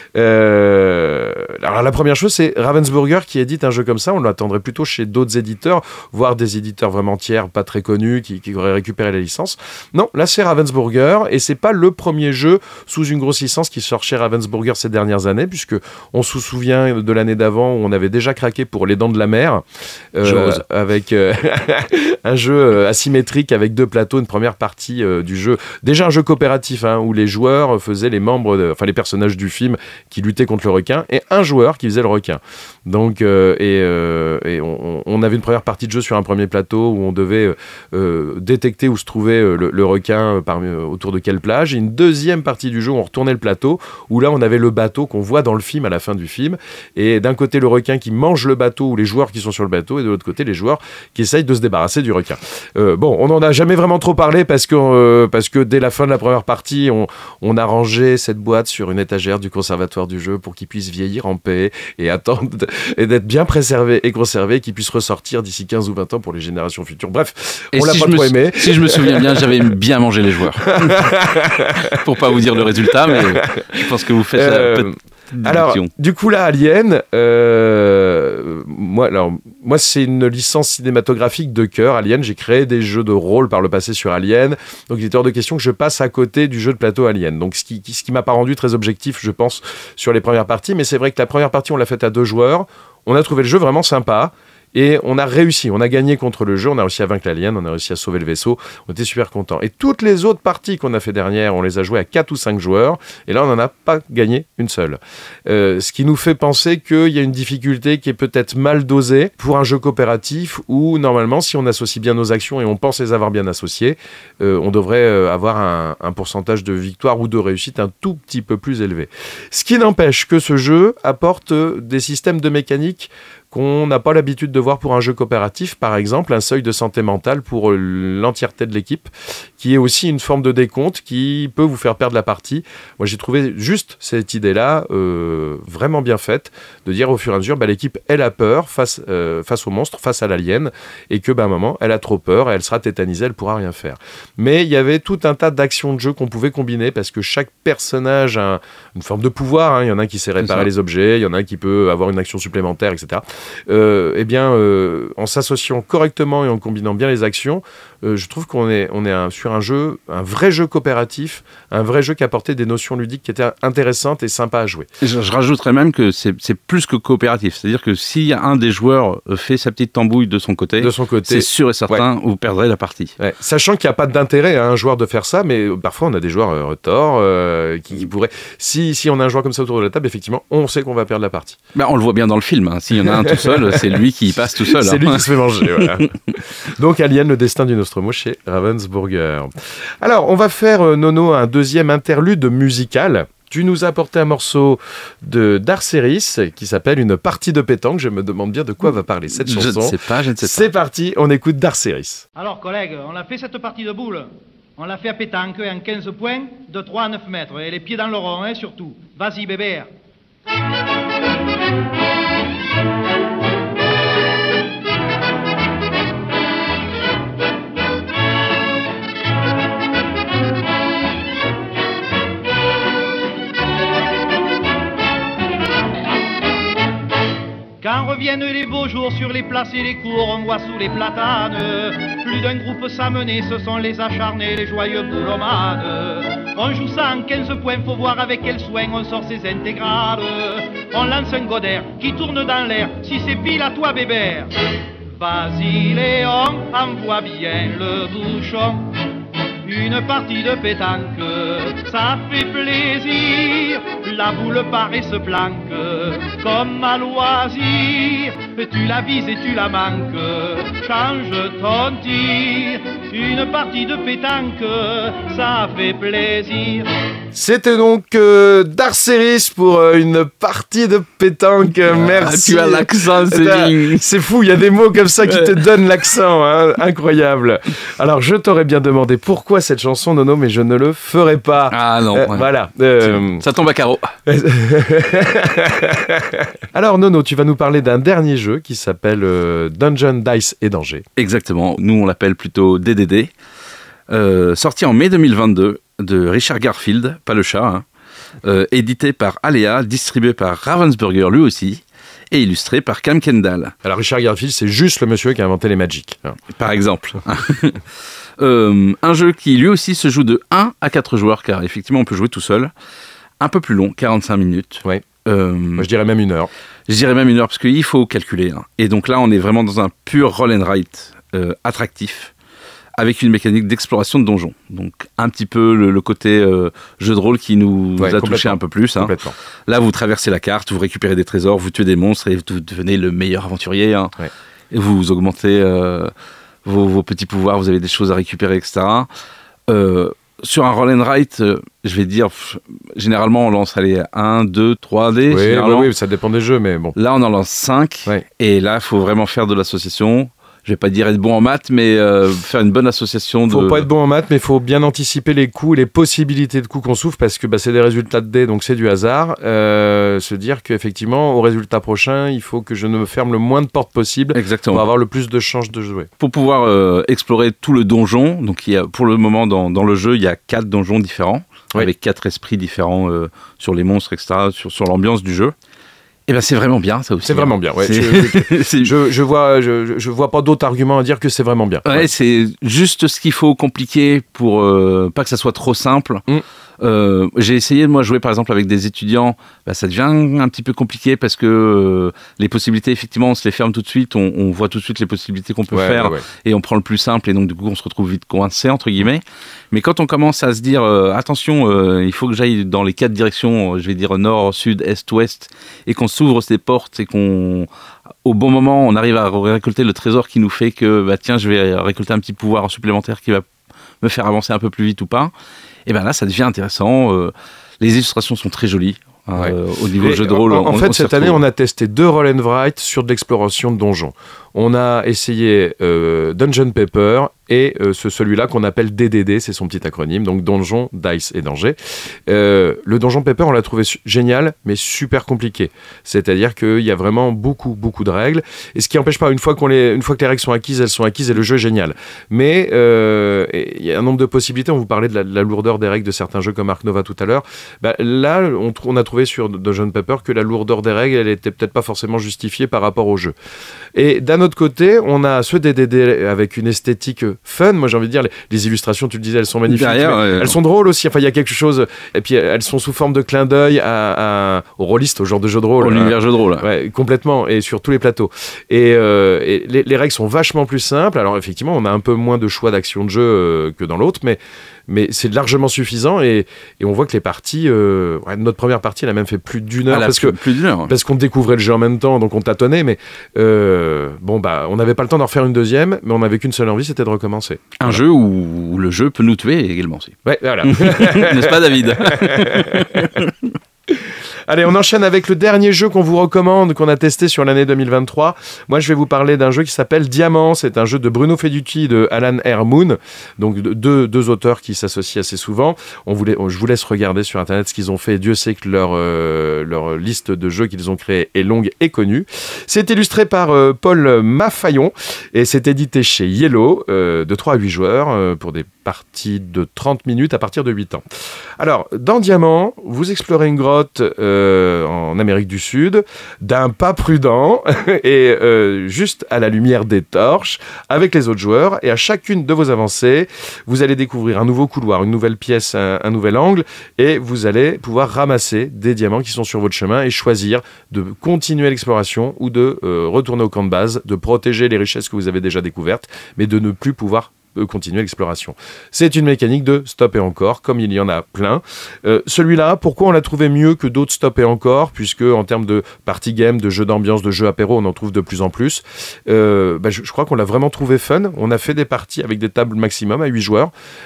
Euh... Alors la première chose, c'est Ravensburger qui édite un jeu comme ça. On l'attendrait plutôt chez d'autres éditeurs, voire des éditeurs vraiment tiers, pas très connus, qui, qui auraient récupéré la licence. Non, là c'est Ravensburger et c'est pas le premier jeu sous une grosse licence qui sort chez Ravensburger ces dernières années, puisque on se souvient de l'année d'avant où on avait déjà craqué pour Les Dents de la Mer euh, avec euh, un jeu asymétrique avec deux plateaux, une première partie euh, du jeu, déjà un jeu coopératif hein, où les joueurs faisaient les membres, de, enfin les personnages du film qui luttaient contre le requin et un joueur qui faisait le requin. Donc euh, et, euh, et on, on avait une première partie de jeu sur un premier plateau où on devait euh, détecter où se trouvait Le, le requin parmi, autour de quelle plage, et une deuxième partie du jeu où on retournait le plateau où là on avait le bateau qu'on voit dans le film à la fin du film, et d'un côté le requin qui mange le bateau ou les joueurs qui sont sur le bateau, et de l'autre côté les joueurs qui essayent de se débarrasser du requin. Euh, bon, on n'en a jamais vraiment trop parlé parce que, euh, parce que dès la fin de la première partie on, on a rangé cette boîte sur une étagère du conservatoire du jeu pour qu'il puisse vieillir en paix et attendre de, et d'être bien préservé et conservé, qu'il puisse ressortir d'ici quinze ou vingt ans pour les générations futures. Bref, et on si l'a pas trop aimé. Si je me souviens bien, j'avais bien mangé les joueurs. Pour pas vous dire le résultat, mais je pense que vous faites euh, la petite alors, du coup, là, Alien, euh, moi, alors, moi, c'est une licence cinématographique de cœur. Alien, j'ai créé des jeux de rôle par le passé sur Alien. Donc, il est hors de question que je passe à côté du jeu de plateau Alien. Donc, ce qui, ce qui m'a pas rendu très objectif, je pense, sur les premières parties. Mais c'est vrai que la première partie, on l'a faite à deux joueurs. On a trouvé le jeu vraiment sympa. Et on a réussi, on a gagné contre le jeu, on a réussi à vaincre l'alien, on a réussi à sauver le vaisseau, on était super contents. Et toutes les autres parties qu'on a fait dernière, on les a jouées à quatre ou cinq joueurs, et là on n'en a pas gagné une seule. Euh, ce qui nous fait penser qu'il y a une difficulté qui est peut-être mal dosée pour un jeu coopératif où normalement si on associe bien nos actions et on pense les avoir bien associées, euh, on devrait avoir un, un pourcentage de victoire ou de réussite un tout petit peu plus élevé. Ce qui n'empêche que ce jeu apporte des systèmes de mécanique qu'on n'a pas l'habitude de voir pour un jeu coopératif, par exemple un seuil de santé mentale pour l'entièreté de l'équipe, qui est aussi une forme de décompte qui peut vous faire perdre la partie. Moi j'ai trouvé juste cette idée-là euh, vraiment bien faite, de dire au fur et à mesure, bah, l'équipe elle a peur face, euh, face au monstre, face à l'alien, et que bah, à un moment elle a trop peur, et elle sera tétanisée, elle pourra rien faire. Mais il y avait tout un tas d'actions de jeu qu'on pouvait combiner, parce que chaque personnage a un, une forme de pouvoir, hein. Il y en a un qui sait réparer les objets, il y en a un qui peut avoir une action supplémentaire, et cetera. Euh, eh bien, euh, en s'associant correctement et en combinant bien les actions, euh, je trouve qu'on est, on est un, sur un jeu, un vrai jeu coopératif, un vrai jeu qui apportait des notions ludiques qui étaient intéressantes et sympas à jouer. Je, je rajouterais même que c'est, c'est plus que coopératif, c'est-à-dire que si un des joueurs fait sa petite tambouille de son côté, de son côté c'est sûr et certain, ouais. Vous perdrez la partie. Ouais. Sachant qu'il n'y a pas d'intérêt à un joueur de faire ça, mais parfois on a des joueurs euh, retors euh, qui, qui pourraient... Si, si on a un joueur comme ça autour de la table, effectivement, on sait qu'on va perdre la partie. Ben, on le voit bien dans le film, hein. S'il y en a un tout seul, c'est lui qui y passe tout seul. C'est hein. lui qui se fait manger, voilà. Donc Alien, le destin du Nostromo chez Ravensburger. Alors, on va faire, euh, Nono, un deuxième interlude musical. Tu nous as apporté un morceau de d'Arceris qui s'appelle Une partie de pétanque. Je me demande bien de quoi va parler cette chanson. Je ne sais pas, je ne sais pas. C'est parti, on écoute d'Arceris. Alors, collègues, on a fait cette partie de boule. On l'a fait à pétanque en quinze points, de trois à neuf mètres. Et les pieds dans le rond, hein, surtout. Vas-y, bébé. Quand reviennent les beaux jours sur les places et les cours, on voit sous les platanes plus d'un groupe s'amener, ce sont les acharnés, les joyeux boulomanes. On joue ça en quinze points, faut voir avec quel soin on sort ses intégrales. On lance un godère qui tourne dans l'air, si c'est pile à toi bébé. Vas-y Léon, envoie bien le bouchon. Une partie de pétanque, ça fait plaisir. La boule part et se planque comme à loisir. Tu la vises et tu la manques, change ton tir. Une partie de pétanque, ça fait plaisir. C'était donc euh, Darceris pour euh, une partie de pétanque. Merci. Ah, tu as l'accent, c'est T'as- bien. C'est fou, il y a des mots comme ça qui te donnent l'accent. Hein. Incroyable. Alors, je t'aurais bien demandé pourquoi cette chanson, Nono, mais je ne le ferai pas. Ah non, Euh, ouais. Voilà. Euh, Ça tombe à carreau. Alors, Nono, tu vas nous parler d'un dernier jeu qui s'appelle euh, Dungeon, Dice et Danger. Exactement, nous on l'appelle plutôt D D D. Euh, sorti en mai deux mille vingt-deux de Richard Garfield, pas le chat, hein. Euh, édité par Alea, distribué par Ravensburger lui aussi, et illustré par Cam Kendall, Alors, Richard Garfield, c'est juste le monsieur qui a inventé les Magic. Hein. par exemple. Euh, un jeu qui lui aussi se joue de un à quatre joueurs, car effectivement on peut jouer tout seul. Un peu plus long, quarante-cinq minutes. Ouais. Euh, Moi, je dirais même une heure. Je dirais même une heure, parce qu'il faut calculer. Hein. Et donc là, on est vraiment dans un pur roll and write euh, attractif, avec une mécanique d'exploration de donjons. Donc un petit peu le, le côté euh, jeu de rôle qui nous Ouais, a touché complètement. un peu plus. Hein. Complètement. Là, vous traversez la carte, vous récupérez des trésors, vous tuez des monstres et vous devenez le meilleur aventurier. Hein. Ouais. Et vous augmentez euh, vos, vos petits pouvoirs, vous avez des choses à récupérer, et cetera. Euh, sur un roll and write, euh, je vais dire, pff, généralement on lance allez, un, deux, trois dés. Oui, bah généralement. oui, ça dépend des jeux, mais bon. Là, on en lance cinq. Ouais. Et là, il faut vraiment faire de l'association. Je vais pas dire être bon en maths, mais euh, faire une bonne association de... Faut pas être bon en maths, mais il faut bien anticiper les coups et les possibilités de coups qu'on souffre parce que bah, c'est des résultats de dés, donc c'est du hasard. Euh, se dire qu'effectivement, au résultat prochain, il faut que je ne me ferme le moins de portes possible Exactement. pour avoir le plus de chances de jouer. Pour pouvoir euh, explorer tout le donjon, donc il y a, pour le moment dans, dans le jeu, il y a quatre donjons différents, Oui. avec quatre esprits différents euh, sur les monstres, et cetera, sur, sur l'ambiance du jeu. Et ben c'est vraiment bien ça aussi. C'est vraiment bien, ouais. C'est- c'est- Je, je vois, je, je vois pas d'autres arguments à dire que c'est vraiment bien. Ouais, c'est juste ce qu'il faut compliquer pour euh, pas que ça soit trop simple. Mm. Euh, j'ai essayé de moi jouer par exemple avec des étudiants, bah, ça devient un petit peu compliqué parce que euh, les possibilités effectivement on se les ferme tout de suite, on, on voit tout de suite les possibilités qu'on peut Ouais, faire ouais, ouais. et on prend le plus simple et donc du coup on se retrouve vite coincé entre guillemets. Mais quand on commence à se dire euh, attention, euh, il faut que j'aille dans les quatre directions, euh, je vais dire nord, sud, est, ouest, et qu'on s'ouvre ces portes et qu'on au bon moment on arrive à récolter le trésor qui nous fait que bah tiens je vais récolter un petit pouvoir supplémentaire qui va me faire avancer un peu plus vite ou pas. Et ben là ça devient intéressant. Euh, les illustrations sont très jolies. hein, Ouais. euh, au niveau Et jeu de rôle. En, en on- fait, on s'y cette année, retrouve. on a testé deux roll and write sur de l'exploration de donjons. On a essayé euh, Dungeon Paper et euh, ce, celui-là qu'on appelle D D D, c'est son petit acronyme, donc Donjon, Dice et Danger. Euh, le Donjon Paper, on l'a trouvé su- génial, mais super compliqué. C'est-à-dire qu'il y a vraiment beaucoup, beaucoup de règles. Et ce qui n'empêche pas, une fois, qu'on les, une fois que les règles sont acquises, elles sont acquises et le jeu est génial. Mais euh, et il y a un nombre de possibilités. On vous parlait de la, de la lourdeur des règles de certains jeux comme Ark Nova tout à l'heure. Bah, là, on, tr- on a trouvé sur Dungeon Paper que la lourdeur des règles, elle était peut-être pas forcément justifiée par rapport au jeu. Et d'un autre côté, on a ce D D D avec une esthétique fun. Moi, j'ai envie de dire, les, les illustrations, tu le disais, elles sont magnifiques. Derrière, mais ouais. elles sont drôles aussi. Enfin, il y a quelque chose. Et puis, elles sont sous forme de clin d'œil à, à- aux rôlistes, au genre de jeu de rôle. Pour l'univers jeu de rôle. Ouais, complètement, et sur tous les plateaux. Et, euh, et les, les règles sont vachement plus simples. Alors effectivement, on a un peu moins de choix d'action de jeu euh, que dans l'autre, mais, mais c'est largement suffisant. Et, et on voit que les parties, euh, ouais, notre première partie, elle a même fait plus d'une heure Ah, là, parce plus, que plus d'une heure. parce qu'on découvrait le jeu en même temps, donc on tâtonnait. Mais euh, bon, bah, on n'avait pas le temps d'en refaire une deuxième, mais on n'avait qu'une seule envie, c'était de recommencer. Un jeu où, où le jeu peut nous tuer également aussi. Ouais, voilà. N'est-ce pas, David? Allez, on enchaîne avec le dernier jeu qu'on vous recommande, qu'on a testé sur l'année deux mille vingt-trois. Moi, je vais vous parler d'un jeu qui s'appelle Diamant. C'est un jeu de Bruno Feduti et de Alan R. Moon, donc de- deux, deux auteurs qui s'associent assez souvent. On voulait, je vous laisse regarder sur Internet ce qu'ils ont fait. Dieu sait que leur, euh, leur liste de jeux qu'ils ont créés est longue et connue. C'est illustré par euh, Paul Maffaillon et c'est édité chez Yellow, euh, de trois à huit joueurs, euh, pour des parties de trente minutes à partir de huit ans. Alors, dans Diamant, vous explorez une grotte euh, en Amérique du Sud, d'un pas prudent et euh, juste à la lumière des torches, avec les autres joueurs. Et à chacune de vos avancées, vous allez découvrir un nouveau couloir, une nouvelle pièce, un, un nouvel angle, et vous allez pouvoir ramasser des diamants qui sont sur votre chemin et choisir de continuer l'exploration ou de euh, retourner au camp de base, de protéger les richesses que vous avez déjà découvertes, mais de ne plus pouvoir euh, continuer l'exploration. C'est une mécanique de stop et encore, comme il y en a plein. Euh, celui-là, pourquoi on l'a trouvé mieux que d'autres stop et encore, puisque en termes de party game, de jeux d'ambiance, de jeux apéro, on en trouve de plus en plus. Euh, bah, je, je crois qu'on l'a vraiment trouvé fun. On a fait des parties avec des tables maximum à huit joueurs.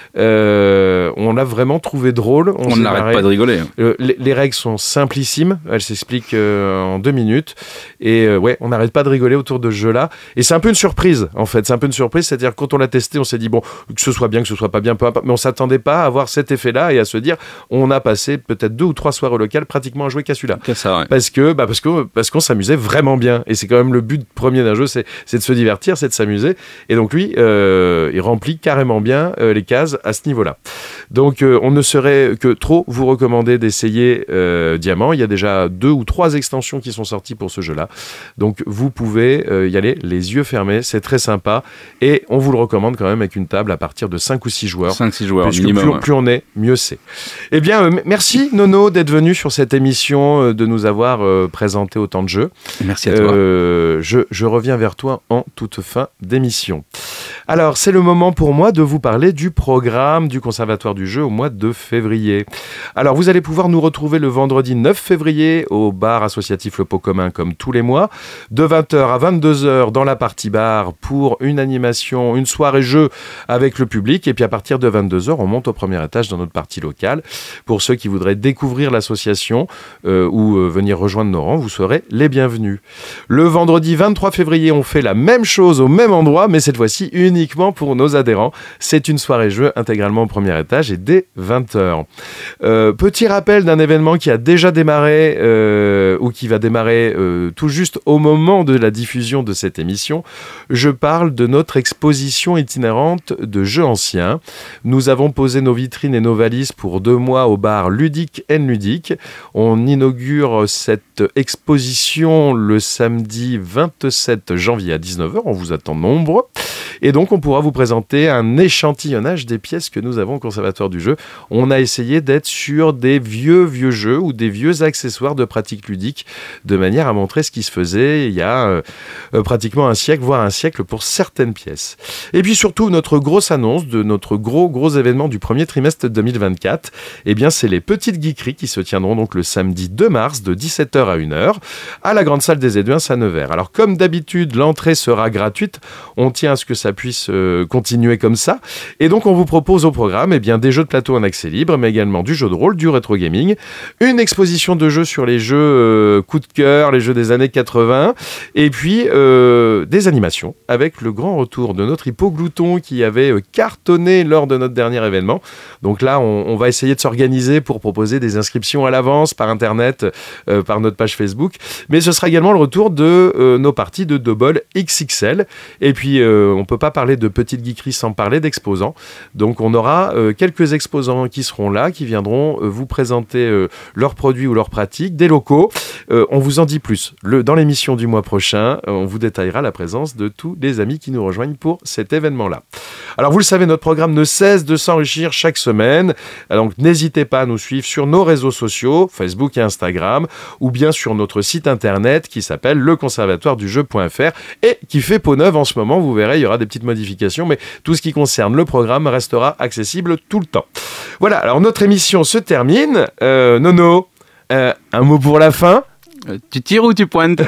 Euh, on l'a vraiment trouvé drôle. On, On n'arrête pas de rigoler. Euh, les, les règles sont simplissimes. Elles s'expliquent euh, en deux minutes. Et euh, ouais, on n'arrête pas de rigoler autour de ce jeu-là. Et c'est un peu une surprise, en fait. C'est un peu une surprise. C'est-à-dire, quand on l'a testé, on s'est dit, bon, que ce soit bien, que ce soit pas bien, peu importe. Mais on s'attendait pas à avoir cet effet-là et à se dire, on a passé peut-être deux ou trois soirées locales pratiquement à jouer qu'à celui-là. C'est ça, ouais. Parce que, bah parce que, parce qu'on s'amusait vraiment bien. Et c'est quand même le but premier d'un jeu, c'est, c'est de se divertir, c'est de s'amuser. Et donc lui, euh, il remplit carrément bien euh, les cases à ce niveau-là. Donc euh, on ne saurait que trop vous recommander d'essayer euh, Diamant. Il y a déjà deux ou trois extensions qui sont sorties pour ce jeu-là. Donc vous pouvez euh, y aller les yeux fermés. C'est très sympa. Et on vous le recommande quand même avec une table à partir de cinq ou six joueurs. cinq six joueurs Puisque minimum. plus, Ouais. plus on est, mieux c'est. Eh bien, euh, m- merci Nono d'être venu sur cette émission, euh, de nous avoir euh, présenté autant de jeux. Merci à toi. Euh, je, je reviens vers toi en toute fin d'émission. Alors, c'est le moment pour moi de vous parler du programme du Conservatoire du jeu au mois de février. Alors, vous allez pouvoir nous retrouver le vendredi neuf février au bar associatif Le Pot Commun, comme tous les mois, de vingt heures à vingt-deux heures dans la partie bar pour une animation, une soirée jeu avec le public. Et puis, à partir de vingt-deux heures, on monte au premier étage dans notre partie locale. Pour ceux qui voudraient découvrir l'association euh, ou euh, venir rejoindre nos rangs, vous serez les bienvenus. Le vendredi vingt-trois février, on fait la même chose au même endroit, mais cette fois-ci uniquement pour nos adhérents. C'est une soirée jeu intégralement au premier étage et dès vingt heures. Euh, petit rappel d'un événement qui a déjà démarré euh, ou qui va démarrer euh, tout juste au moment de la diffusion de cette émission. Je parle de notre exposition itinérante de jeux anciens. Nous avons posé nos vitrines et nos valises pour deux mois au bar Ludique and Ludique. On inaugure cette exposition le samedi vingt-sept janvier à dix-neuf heures. On vous attend nombreux. Et donc, on pourra vous présenter un échantillonnage des pièces que nous avons au Conservatoire du jeu. On a essayé d'être sur des vieux, vieux jeux ou des vieux accessoires de pratique ludique, de manière à montrer ce qui se faisait il y a euh, euh, pratiquement un siècle, voire un siècle pour certaines pièces. Et puis surtout, notre grosse annonce de notre gros, gros événement du premier trimestre deux mille vingt-quatre, eh bien, c'est les Petites Geekeries qui se tiendront donc le samedi deux mars de dix-sept heures à une heure à la grande salle des Éduins à Nevers. Alors, comme d'habitude, l'entrée sera gratuite. On tient à ce que ça puisse euh, continuer comme ça. Et donc, on vous propose au programme eh bien, des jeux de plateau en accès libre, mais également du jeu de rôle, du rétro gaming, une exposition de jeux sur les jeux euh, coup de cœur, les jeux des années quatre-vingts, et puis euh, des animations avec le grand retour de notre hippoglouton qui avait euh, cartonné lors de notre dernier événement. Donc là, on, on va essayer de s'organiser pour proposer des inscriptions à l'avance par Internet, euh, par notre page Facebook. Mais ce sera également le retour de euh, nos parties de Double X X L. Et puis, euh, on ne peut pas parler de Petite Geekerie sans parler d'exposants. Donc, on aura euh, quelques exposants qui seront là, qui viendront euh, vous présenter euh, leurs produits ou leurs pratiques, des locaux. Euh, on vous en dit plus. Le, dans l'émission du mois prochain, euh, on vous détaillera la présence de tous les amis qui nous rejoignent pour cet événement-là. Alors, vous le savez, notre programme ne cesse de s'enrichir chaque semaine. Alors, donc, n'hésitez pas à nous suivre sur nos réseaux sociaux, Facebook et Instagram, ou bien sur notre site internet qui s'appelle le conservatoire du jeu point f r et qui fait peau neuve en ce moment. Vous verrez, il y aura des petites modifications, mais tout ce qui concerne le programme restera accessible tout le temps. Voilà, alors notre émission se termine. Euh, Nono, euh, un mot pour la fin? Euh, tu tires ou tu pointes?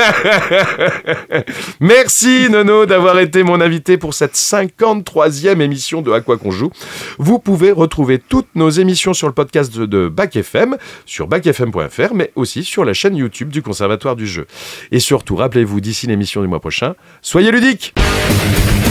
Merci Nono d'avoir été mon invité pour cette cinquante-troisième émission de À quoi qu'on joue. Vous pouvez retrouver toutes nos émissions sur le podcast de, de Bac F M, sur bac f m point f r, mais aussi sur la chaîne YouTube du Conservatoire du jeu. Et surtout, rappelez-vous, d'ici l'émission du mois prochain, soyez ludiques!